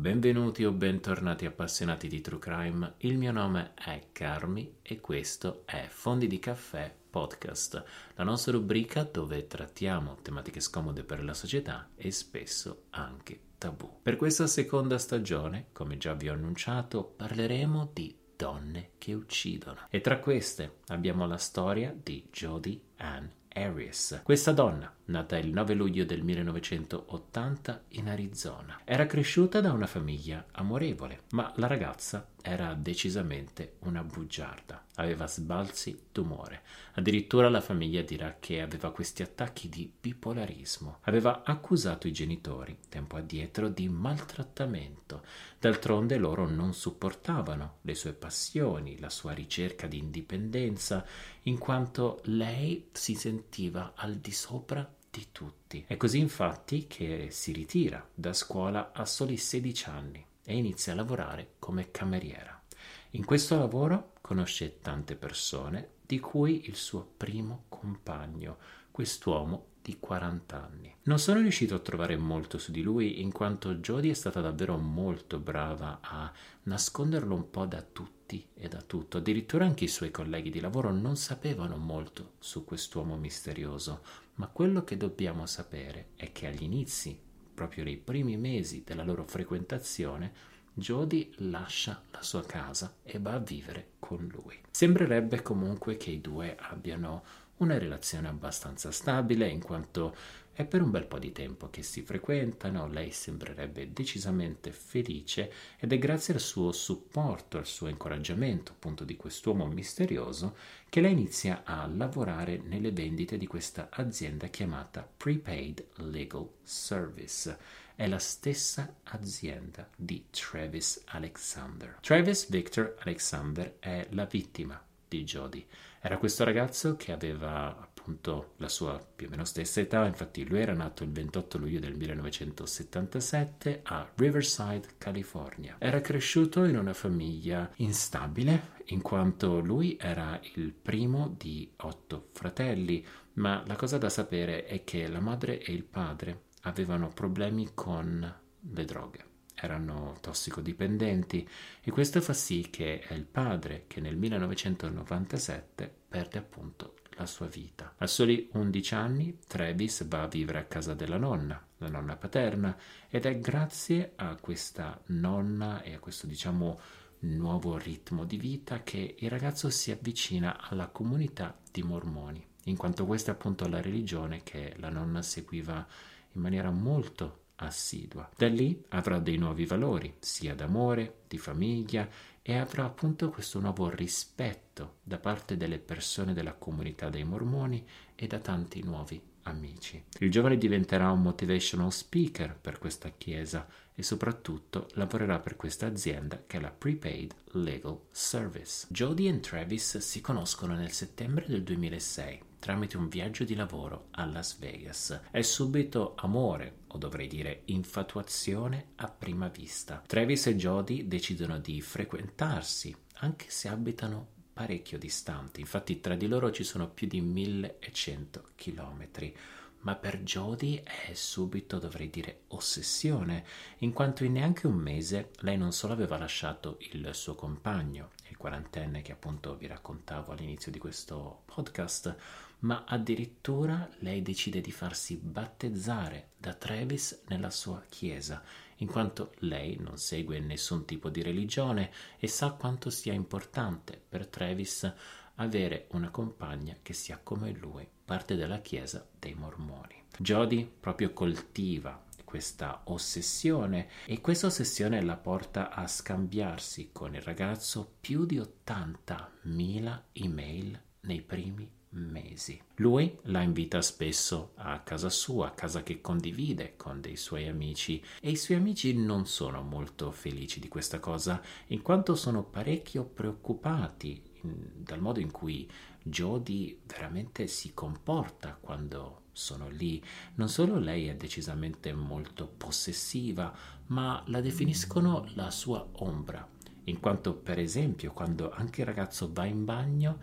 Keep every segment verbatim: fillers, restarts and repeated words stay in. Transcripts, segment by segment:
benvenuti o bentornati appassionati di True Crime. Il mio nome è Carmi e questo è Fondi di Caffè Podcast, la nostra rubrica dove trattiamo tematiche scomode per la società e spesso anche tabù. Per questa seconda stagione, come già vi ho annunciato, parleremo di donne che uccidono. E tra queste abbiamo la storia di Jodi Ann Arias. Questa donna, nata il nove luglio del millenovecentottanta in Arizona, era cresciuta da una famiglia amorevole, ma la ragazza era decisamente una bugiarda. Aveva sbalzi d'umore. Addirittura la famiglia dirà che aveva questi attacchi di bipolarismo. Aveva accusato i genitori, tempo addietro, di maltrattamento. D'altronde loro non supportavano le sue passioni, la sua ricerca di indipendenza, in quanto lei si sentiva al di sopra di tutti. È così infatti che si ritira da scuola a soli sedici anni e inizia a lavorare come cameriera. In questo lavoro conosce tante persone, di cui il suo primo compagno, quest'uomo di quaranta anni. Non sono riuscito a trovare molto su di lui, in quanto Jodi è stata davvero molto brava a nasconderlo un po' da tutti e da tutto. Addirittura anche i suoi colleghi di lavoro non sapevano molto su quest'uomo misterioso, ma quello che dobbiamo sapere è che agli inizi, proprio nei primi mesi della loro frequentazione, Jodi lascia la sua casa e va a vivere con lui. Sembrerebbe comunque che i due abbiano una relazione abbastanza stabile, in quanto è per un bel po' di tempo che si frequentano, lei sembrerebbe decisamente felice ed è grazie al suo supporto, al suo incoraggiamento appunto di quest'uomo misterioso che lei inizia a lavorare nelle vendite di questa azienda chiamata Prepaid Legal Service. È la stessa azienda di Travis Alexander. Travis Victor Alexander è la vittima di Jodi. Era questo ragazzo che aveva appunto la sua più o meno stessa età, infatti lui era nato il ventotto luglio del millenovecentosettantasette a Riverside, California. Era cresciuto in una famiglia instabile, in quanto lui era il primo di otto fratelli, ma la cosa da sapere è che la madre e il padre avevano problemi con le droghe. Erano tossicodipendenti e questo fa sì che è il padre che nel millenovecentonovantasette perde appunto la sua vita. A soli undici anni Travis va a vivere a casa della nonna, la nonna paterna, ed è grazie a questa nonna e a questo diciamo nuovo ritmo di vita che il ragazzo si avvicina alla comunità di mormoni, in quanto questa è appunto la religione che la nonna seguiva in maniera molto assidua. Da lì avrà dei nuovi valori, sia d'amore, di famiglia, e avrà appunto questo nuovo rispetto da parte delle persone della comunità dei mormoni e da tanti nuovi amici. Il giovane diventerà un motivational speaker per questa chiesa e soprattutto lavorerà per questa azienda che è la Prepaid Legal Service. Jodi e Travis si conoscono nel settembre del duemilasei tramite un viaggio di lavoro a Las Vegas. È subito amore, o dovrei dire infatuazione a prima vista. Travis e Jodi decidono di frequentarsi, anche se abitano parecchio distanti. Infatti tra di loro ci sono più di millecento chilometri. Ma per Jodi è subito, dovrei dire, ossessione, in quanto in neanche un mese lei non solo aveva lasciato il suo compagno, il quarantenne che appunto vi raccontavo all'inizio di questo podcast, ma addirittura lei decide di farsi battezzare da Travis nella sua chiesa, in quanto lei non segue nessun tipo di religione e sa quanto sia importante per Travis avere una compagna che sia come lui, parte della chiesa dei mormoni. Jodi proprio coltiva questa ossessione e questa ossessione la porta a scambiarsi con il ragazzo più di ottantamila email nei primi mesi. Lui la invita spesso a casa sua, casa che condivide con dei suoi amici, e i suoi amici non sono molto felici di questa cosa, in quanto sono parecchio preoccupati dal modo in cui Jodi veramente si comporta quando sono lì. Non solo lei è decisamente molto possessiva, ma la definiscono la sua ombra, in quanto per esempio quando anche il ragazzo va in bagno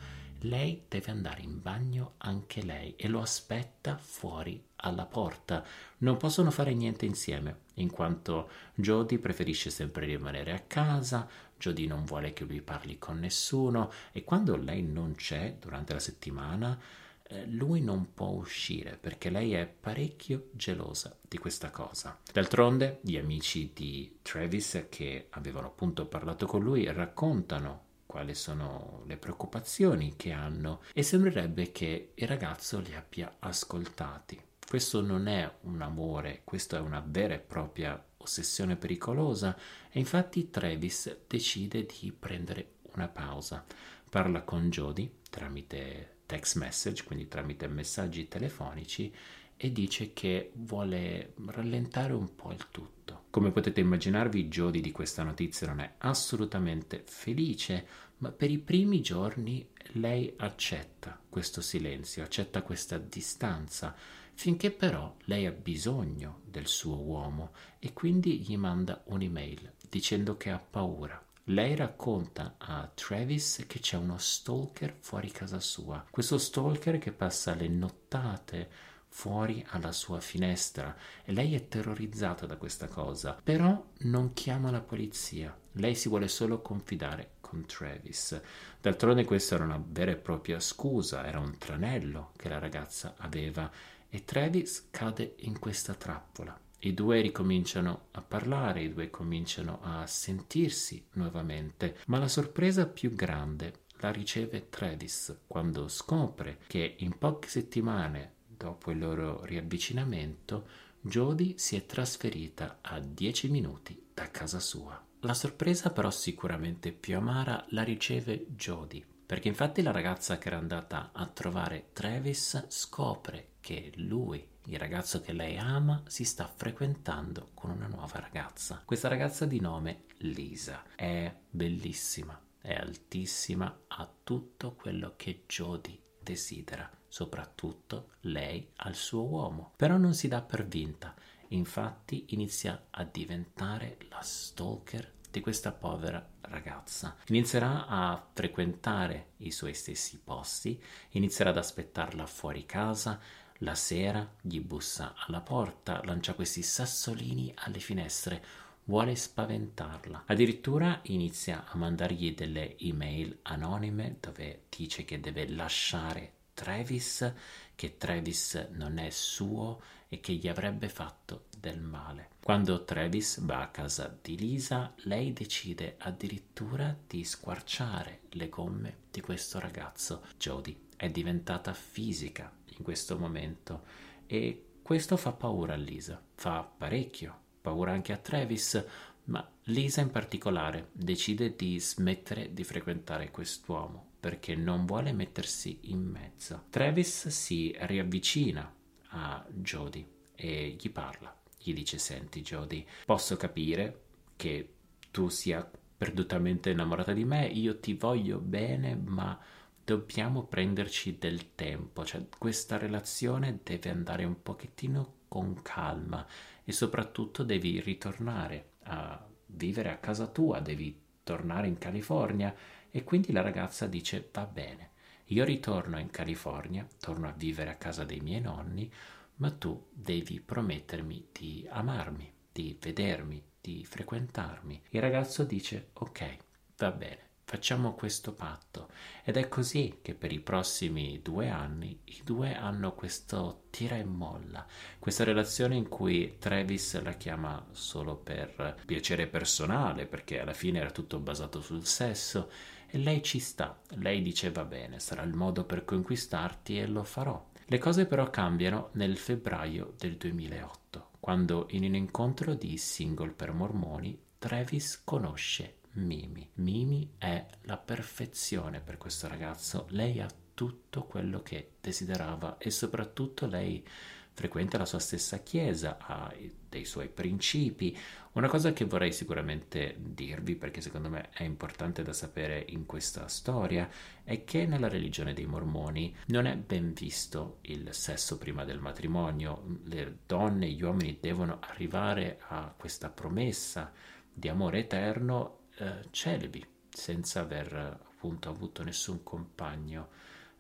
lei deve andare in bagno anche lei e lo aspetta fuori alla porta. Non possono fare niente insieme, in quanto Jody preferisce sempre rimanere a casa, Jody non vuole che lui parli con nessuno e quando lei non c'è durante la settimana, eh, lui non può uscire perché lei è parecchio gelosa di questa cosa. D'altronde, gli amici di Travis che avevano appunto parlato con lui raccontano quali sono le preoccupazioni che hanno e sembrerebbe che il ragazzo li abbia ascoltati. Questo non è un amore, questo è una vera e propria ossessione pericolosa e infatti Travis decide di prendere una pausa. Parla con Jody tramite text message, quindi tramite messaggi telefonici e dice che vuole rallentare un po' il tutto. Come potete immaginarvi, Jody di questa notizia non è assolutamente felice, ma per i primi giorni lei accetta questo silenzio, accetta questa distanza, finché però lei ha bisogno del suo uomo e quindi gli manda un'email dicendo che ha paura. Lei racconta a Travis che c'è uno stalker fuori casa sua, questo stalker che passa le nottate fuori alla sua finestra e lei è terrorizzata da questa cosa, però non chiama la polizia, lei si vuole solo confidare con Travis. D'altronde questa era una vera e propria scusa, era un tranello che la ragazza aveva e Travis cade in questa trappola. I due ricominciano a parlare, i due cominciano a sentirsi nuovamente, ma la sorpresa più grande la riceve Travis quando scopre che in poche settimane dopo il loro riavvicinamento Jody si è trasferita a dieci minuti da casa sua. La sorpresa però sicuramente più amara la riceve Jody, perché infatti la ragazza che era andata a trovare Travis scopre che lui, il ragazzo che lei ama, si sta frequentando con una nuova ragazza. Questa ragazza di nome Lisa è bellissima, è altissima, ha tutto quello che Jody desidera, soprattutto lei ha il suo uomo, però non si dà per vinta, infatti inizia a diventare la stalker di questa povera ragazza. Inizierà a frequentare i suoi stessi posti, inizierà ad aspettarla fuori casa, la sera gli bussa alla porta, lancia questi sassolini alle finestre, vuole spaventarla. Addirittura inizia a mandargli delle email anonime dove dice che deve lasciare Travis, che Travis non è suo e che gli avrebbe fatto del male. Quando Travis va a casa di Lisa, lei decide addirittura di squarciare le gomme di questo ragazzo. Jody è diventata fisica in questo momento e questo fa paura a Lisa, fa parecchio paura anche a Travis, ma Lisa in particolare decide di smettere di frequentare quest'uomo perché non vuole mettersi in mezzo. Travis si riavvicina a Jody e gli parla, gli dice: senti Jody, posso capire che tu sia perdutamente innamorata di me, io ti voglio bene, ma dobbiamo prenderci del tempo, cioè questa relazione deve andare un pochettino con calma e soprattutto devi ritornare a vivere a casa tua, devi tornare in California. E quindi la ragazza dice: va bene, io ritorno in California, torno a vivere a casa dei miei nonni, ma tu devi promettermi di amarmi, di vedermi, di frequentarmi. Il ragazzo dice: ok, va bene, facciamo questo patto. Ed è così che per i prossimi due anni i due hanno questo tira e molla, questa relazione in cui Travis la chiama solo per piacere personale, perché alla fine era tutto basato sul sesso, e lei ci sta, lei dice: va bene, sarà il modo per conquistarti e lo farò. Le cose però cambiano nel febbraio del duemilaotto, quando in un incontro di single per mormoni Travis conosce Mimi. Mimi è la perfezione per questo ragazzo, lei ha tutto quello che desiderava e soprattutto lei frequenta la sua stessa chiesa, ha dei suoi principi. Una cosa che vorrei sicuramente dirvi, perché secondo me è importante da sapere in questa storia, è che nella religione dei mormoni non è ben visto il sesso prima del matrimonio. Le donne e gli uomini devono arrivare a questa promessa di amore eterno eh, celibi, senza aver appunto avuto nessun compagno.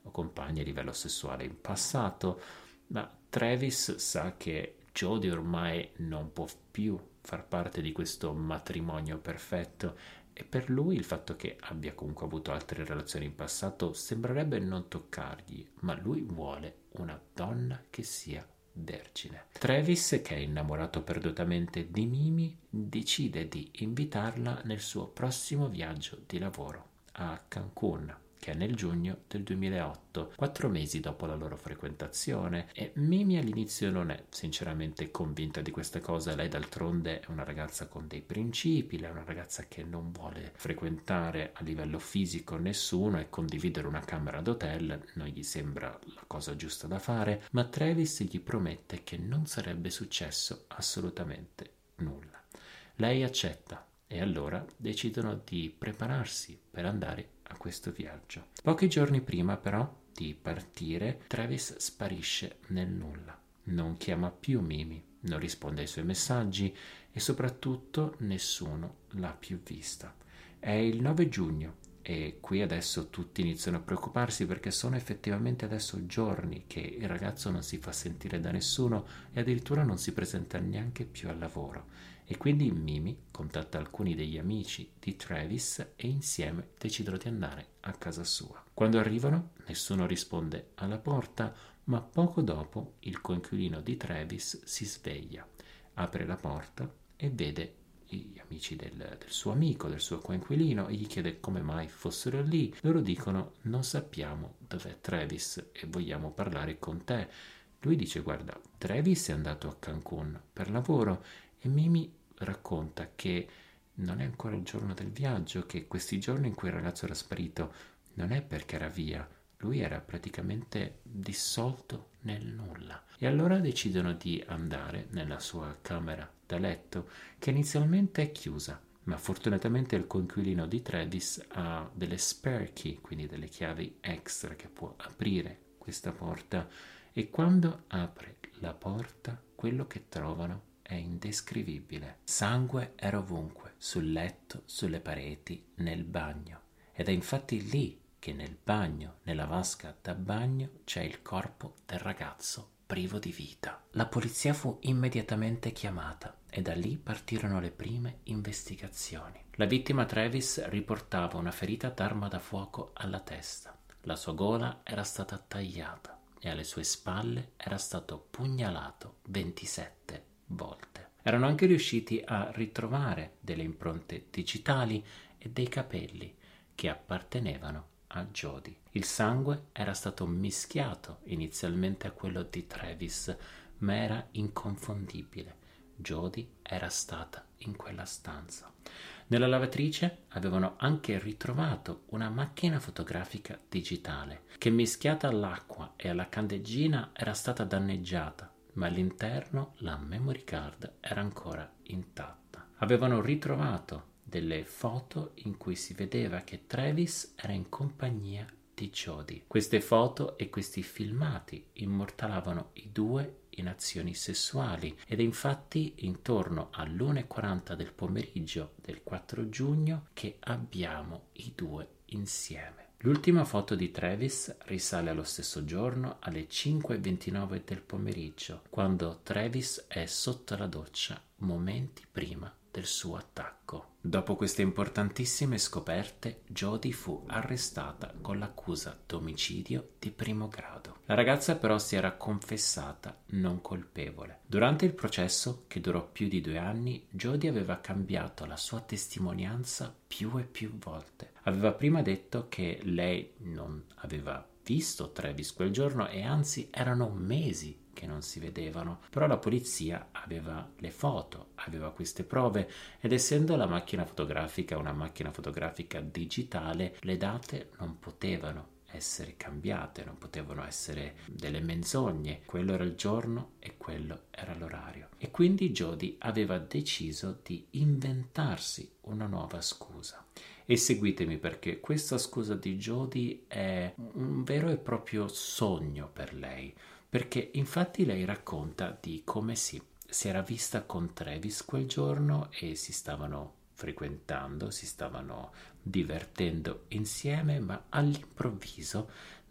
o compagni a livello sessuale in passato, ma Travis sa che Jodie ormai non può più far parte di questo matrimonio perfetto e per lui il fatto che abbia comunque avuto altre relazioni in passato sembrerebbe non toccargli, ma lui vuole una donna che sia vergine. Travis, che è innamorato perdutamente di Mimi, decide di invitarla nel suo prossimo viaggio di lavoro a Cancun, che è nel giugno del duemilaotto, quattro mesi dopo la loro frequentazione, e Mimi all'inizio non è sinceramente convinta di questa cosa. Lei d'altronde è una ragazza con dei principi, lei è una ragazza che non vuole frequentare a livello fisico nessuno e condividere una camera d'hotel non gli sembra la cosa giusta da fare, ma Travis gli promette che non sarebbe successo assolutamente nulla. Lei accetta e allora decidono di prepararsi per andare a questo viaggio. Pochi giorni prima però di partire, Travis sparisce nel nulla. Non chiama più Mimi, non risponde ai suoi messaggi e soprattutto nessuno l'ha più vista. È il nove giugno e qui adesso tutti iniziano a preoccuparsi perché sono effettivamente adesso giorni che il ragazzo non si fa sentire da nessuno e addirittura non si presenta neanche più al lavoro. E quindi Mimi contatta alcuni degli amici di Travis e insieme decidono di andare a casa sua. Quando arrivano, nessuno risponde alla porta, ma poco dopo il coinquilino di Travis si sveglia, apre la porta e vede gli amici del, del suo amico, del suo coinquilino, e gli chiede come mai fossero lì. Loro dicono: non sappiamo dov'è Travis e vogliamo parlare con te. Lui dice: guarda, Travis è andato a Cancun per lavoro. E Mimi racconta che non è ancora il giorno del viaggio, che questi giorni in cui il ragazzo era sparito non è perché era via, lui era praticamente dissolto nel nulla. E allora decidono di andare nella sua camera da letto, che inizialmente è chiusa, ma fortunatamente il coinquilino di Travis ha delle spare key, quindi delle chiavi extra che può aprire questa porta, e quando apre la porta quello che trovano è indescrivibile. Sangue era ovunque, sul letto, sulle pareti, nel bagno. Ed è infatti lì che nel bagno, nella vasca da bagno, c'è il corpo del ragazzo privo di vita. La polizia fu immediatamente chiamata e da lì partirono le prime investigazioni. La vittima Travis riportava una ferita d'arma da fuoco alla testa. La sua gola era stata tagliata e alle sue spalle era stato pugnalato ventisette volte. Erano anche riusciti a ritrovare delle impronte digitali e dei capelli che appartenevano a Jodie. Il sangue era stato mischiato inizialmente a quello di Travis, ma era inconfondibile. Jodie era stata in quella stanza. Nella lavatrice avevano anche ritrovato una macchina fotografica digitale che, mischiata all'acqua e alla candeggina, era stata danneggiata, ma all'interno la memory card era ancora intatta. Avevano ritrovato delle foto in cui si vedeva che Travis era in compagnia di Jodie. Queste foto e questi filmati immortalavano i due in azioni sessuali ed è infatti intorno all'una e quaranta del pomeriggio del quattro giugno che abbiamo i due insieme. L'ultima foto di Travis risale allo stesso giorno alle cinque e ventinove del pomeriggio, quando Travis è sotto la doccia momenti prima del suo attacco. Dopo queste importantissime scoperte, Jodie fu arrestata con l'accusa d'omicidio di primo grado. La ragazza però si era confessata non colpevole. Durante il processo, che durò più di due anni, Jodie aveva cambiato la sua testimonianza più e più volte. Aveva prima detto che lei non aveva visto Travis quel giorno e anzi erano mesi che non si vedevano, però la polizia aveva le foto, aveva queste prove ed essendo la macchina fotografica una macchina fotografica digitale, le date non potevano essere cambiate, non potevano essere delle menzogne. Quello era il giorno e quello era l'orario. E quindi Jodie aveva deciso di inventarsi una nuova scusa. E seguitemi perché questa scusa di Jodie è un vero e proprio sogno per lei, perché infatti lei racconta di come si, si era vista con Travis quel giorno e si stavano frequentando, si stavano divertendo insieme, ma all'improvviso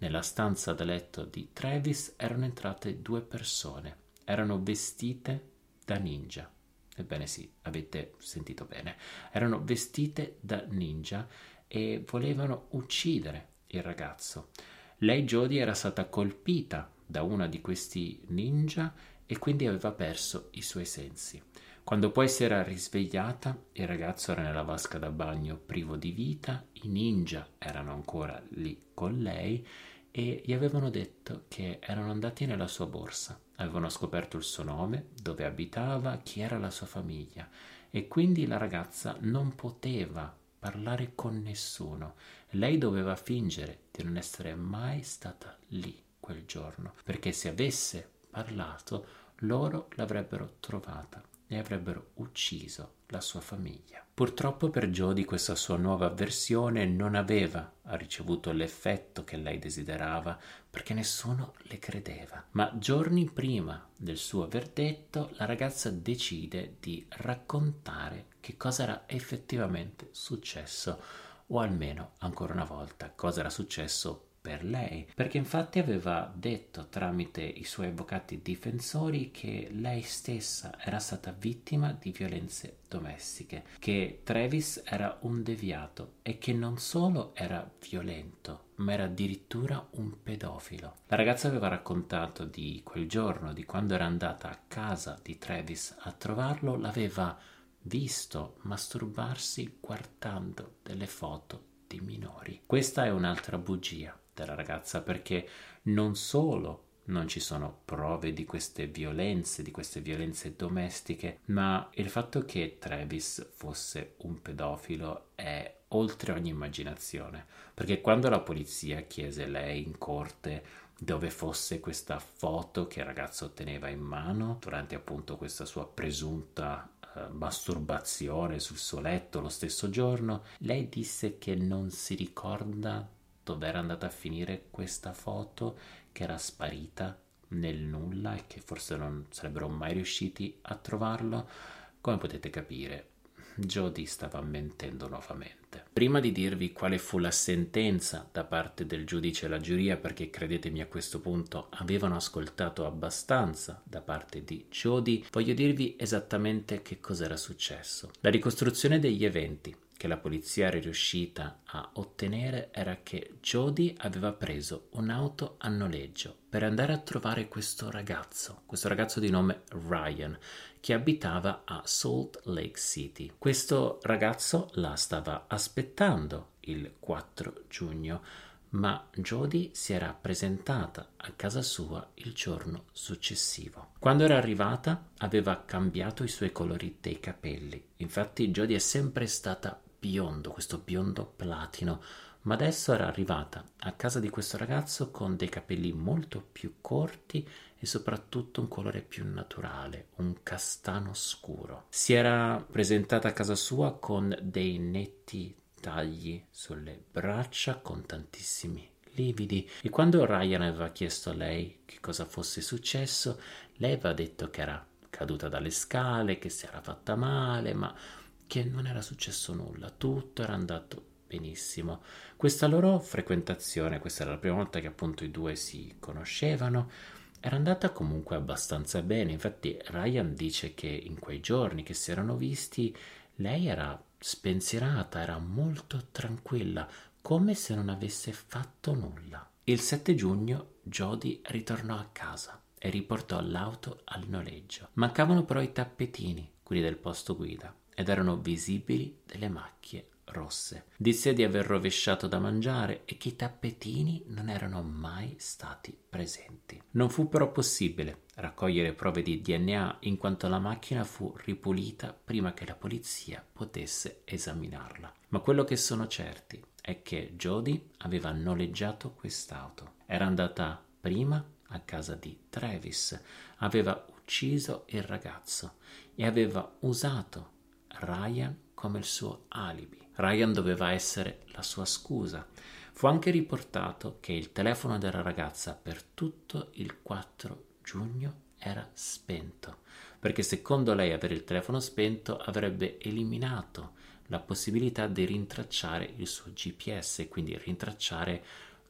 nella stanza da letto di Travis erano entrate due persone. Erano vestite da ninja. Ebbene sì, avete sentito bene. Erano vestite da ninja e volevano uccidere il ragazzo. Lei, Jody, era stata colpita da una di questi ninja e quindi aveva perso i suoi sensi. Quando poi si era risvegliata, il ragazzo era nella vasca da bagno privo di vita, i ninja erano ancora lì con lei e gli avevano detto che erano andati nella sua borsa, avevano scoperto il suo nome, dove abitava, chi era la sua famiglia e quindi la ragazza non poteva parlare con nessuno. Lei doveva fingere di non essere mai stata lì quel giorno, perché se avesse parlato loro l'avrebbero trovata e avrebbero ucciso la sua famiglia. Purtroppo per Jody questa sua nuova versione non aveva ricevuto l'effetto che lei desiderava perché nessuno le credeva. Ma giorni prima del suo verdetto la ragazza decide di raccontare che cosa era effettivamente successo o almeno ancora una volta cosa era successo per lei, perché infatti aveva detto tramite i suoi avvocati difensori che lei stessa era stata vittima di violenze domestiche, che Travis era un deviato e che non solo era violento, ma era addirittura un pedofilo. La ragazza aveva raccontato di quel giorno, di quando era andata a casa di Travis a trovarlo, l'aveva visto masturbarsi guardando delle foto di minori. Questa è un'altra bugia della ragazza, perché non solo non ci sono prove di queste violenze, di queste violenze domestiche, ma il fatto che Travis fosse un pedofilo è oltre ogni immaginazione, perché quando la polizia chiese lei in corte dove fosse questa foto che il ragazzo teneva in mano durante appunto questa sua presunta uh, masturbazione sul suo letto lo stesso giorno, lei disse che non si ricorda dove era andata a finire questa foto, che era sparita nel nulla e che forse non sarebbero mai riusciti a trovarlo. Come potete capire, Jody stava mentendo nuovamente. Prima di dirvi quale fu la sentenza da parte del giudice e la giuria, perché credetemi a questo punto avevano ascoltato abbastanza da parte di Jody, voglio dirvi esattamente che cos'era successo. La ricostruzione degli eventi che la polizia era riuscita a ottenere era che Jody aveva preso un'auto a noleggio per andare a trovare questo ragazzo, questo ragazzo di nome Ryan, che abitava a Salt Lake City. Questo ragazzo la stava aspettando il quattro giugno, ma Jody si era presentata a casa sua il giorno successivo. Quando era arrivata aveva cambiato i suoi colori dei capelli. Infatti Jody è sempre stata biondo, questo biondo platino, ma adesso era arrivata a casa di questo ragazzo con dei capelli molto più corti e soprattutto un colore più naturale, un castano scuro. Si era presentata a casa sua con dei netti tagli sulle braccia, con tantissimi lividi, e quando Ryan aveva chiesto a lei che cosa fosse successo, lei aveva detto che era caduta dalle scale, che si era fatta male, ma che non era successo nulla, tutto era andato benissimo. Questa loro frequentazione, questa era la prima volta che appunto i due si conoscevano, era andata comunque abbastanza bene. Infatti Ryan dice che in quei giorni che si erano visti lei era spensierata, era molto tranquilla, come se non avesse fatto nulla. Il sette giugno Jody ritornò a casa e riportò l'auto al noleggio. Mancavano però i tappetini, quelli del posto guida, ed erano visibili delle macchie rosse. Disse di aver rovesciato da mangiare e che i tappetini non erano mai stati presenti. Non fu però possibile raccogliere prove di D N A in quanto la macchina fu ripulita prima che la polizia potesse esaminarla. Ma quello che sono certi è che Jody aveva noleggiato quest'auto. Era andata prima a casa di Travis, aveva ucciso il ragazzo e aveva usato Ryan come il suo alibi. Ryan doveva essere la sua scusa. Fu anche riportato che il telefono della ragazza per tutto il quattro giugno era spento, perché secondo lei avere il telefono spento avrebbe eliminato la possibilità di rintracciare il suo G P S e quindi rintracciare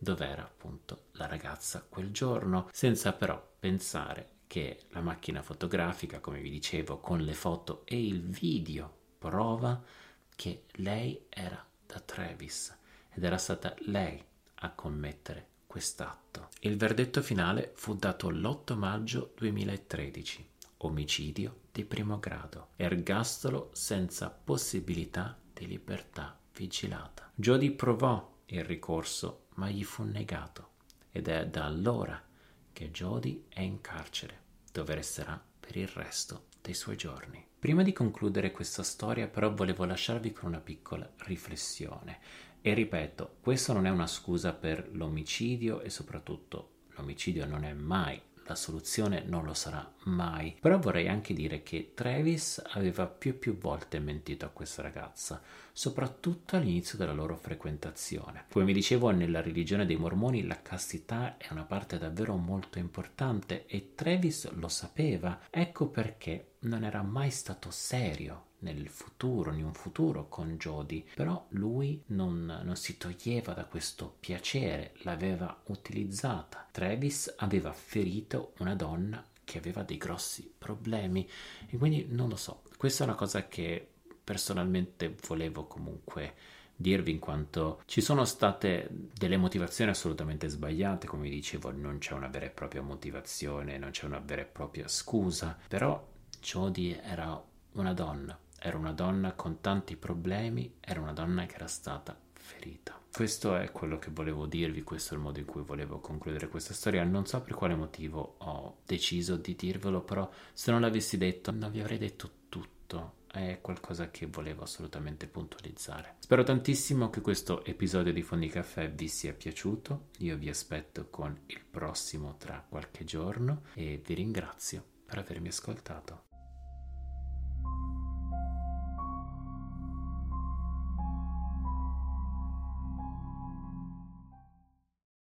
dov'era appunto la ragazza quel giorno, senza però pensare che la macchina fotografica, come vi dicevo, con le foto e il video prova che lei era da Travis ed era stata lei a commettere quest'atto. Il verdetto finale fu dato l'otto maggio duemilatredici. Omicidio di primo grado, ergastolo senza possibilità di libertà vigilata. Jody provò il ricorso, ma gli fu negato ed è da allora che Jody è in carcere, dove resterà per il resto dei suoi giorni. Prima di concludere questa storia, però, volevo lasciarvi con una piccola riflessione. E ripeto, questo non è una scusa per l'omicidio e soprattutto l'omicidio non è mai la soluzione, non lo sarà mai. Però vorrei anche dire che Travis aveva più e più volte mentito a questa ragazza, soprattutto all'inizio della loro frequentazione. Come vi dicevo, nella religione dei mormoni la castità è una parte davvero molto importante e Travis lo sapeva. Ecco perché non era mai stato serio nel futuro, in un futuro con Jody, però lui non, non si toglieva da questo piacere, l'aveva utilizzata. Travis aveva ferito una donna che aveva dei grossi problemi e quindi non lo so, questa è una cosa che personalmente volevo comunque dirvi, in quanto ci sono state delle motivazioni assolutamente sbagliate. Come vi dicevo, non c'è una vera e propria motivazione, non c'è una vera e propria scusa, però Jody era una donna, era una donna con tanti problemi, era una donna che era stata ferita. Questo è quello che volevo dirvi, questo è il modo in cui volevo concludere questa storia. Non so per quale motivo ho deciso di dirvelo, però se non l'avessi detto non vi avrei detto tutto. È qualcosa che volevo assolutamente puntualizzare. Spero tantissimo che questo episodio di Fondi Caffè vi sia piaciuto. Io vi aspetto con il prossimo tra qualche giorno e vi ringrazio per avermi ascoltato.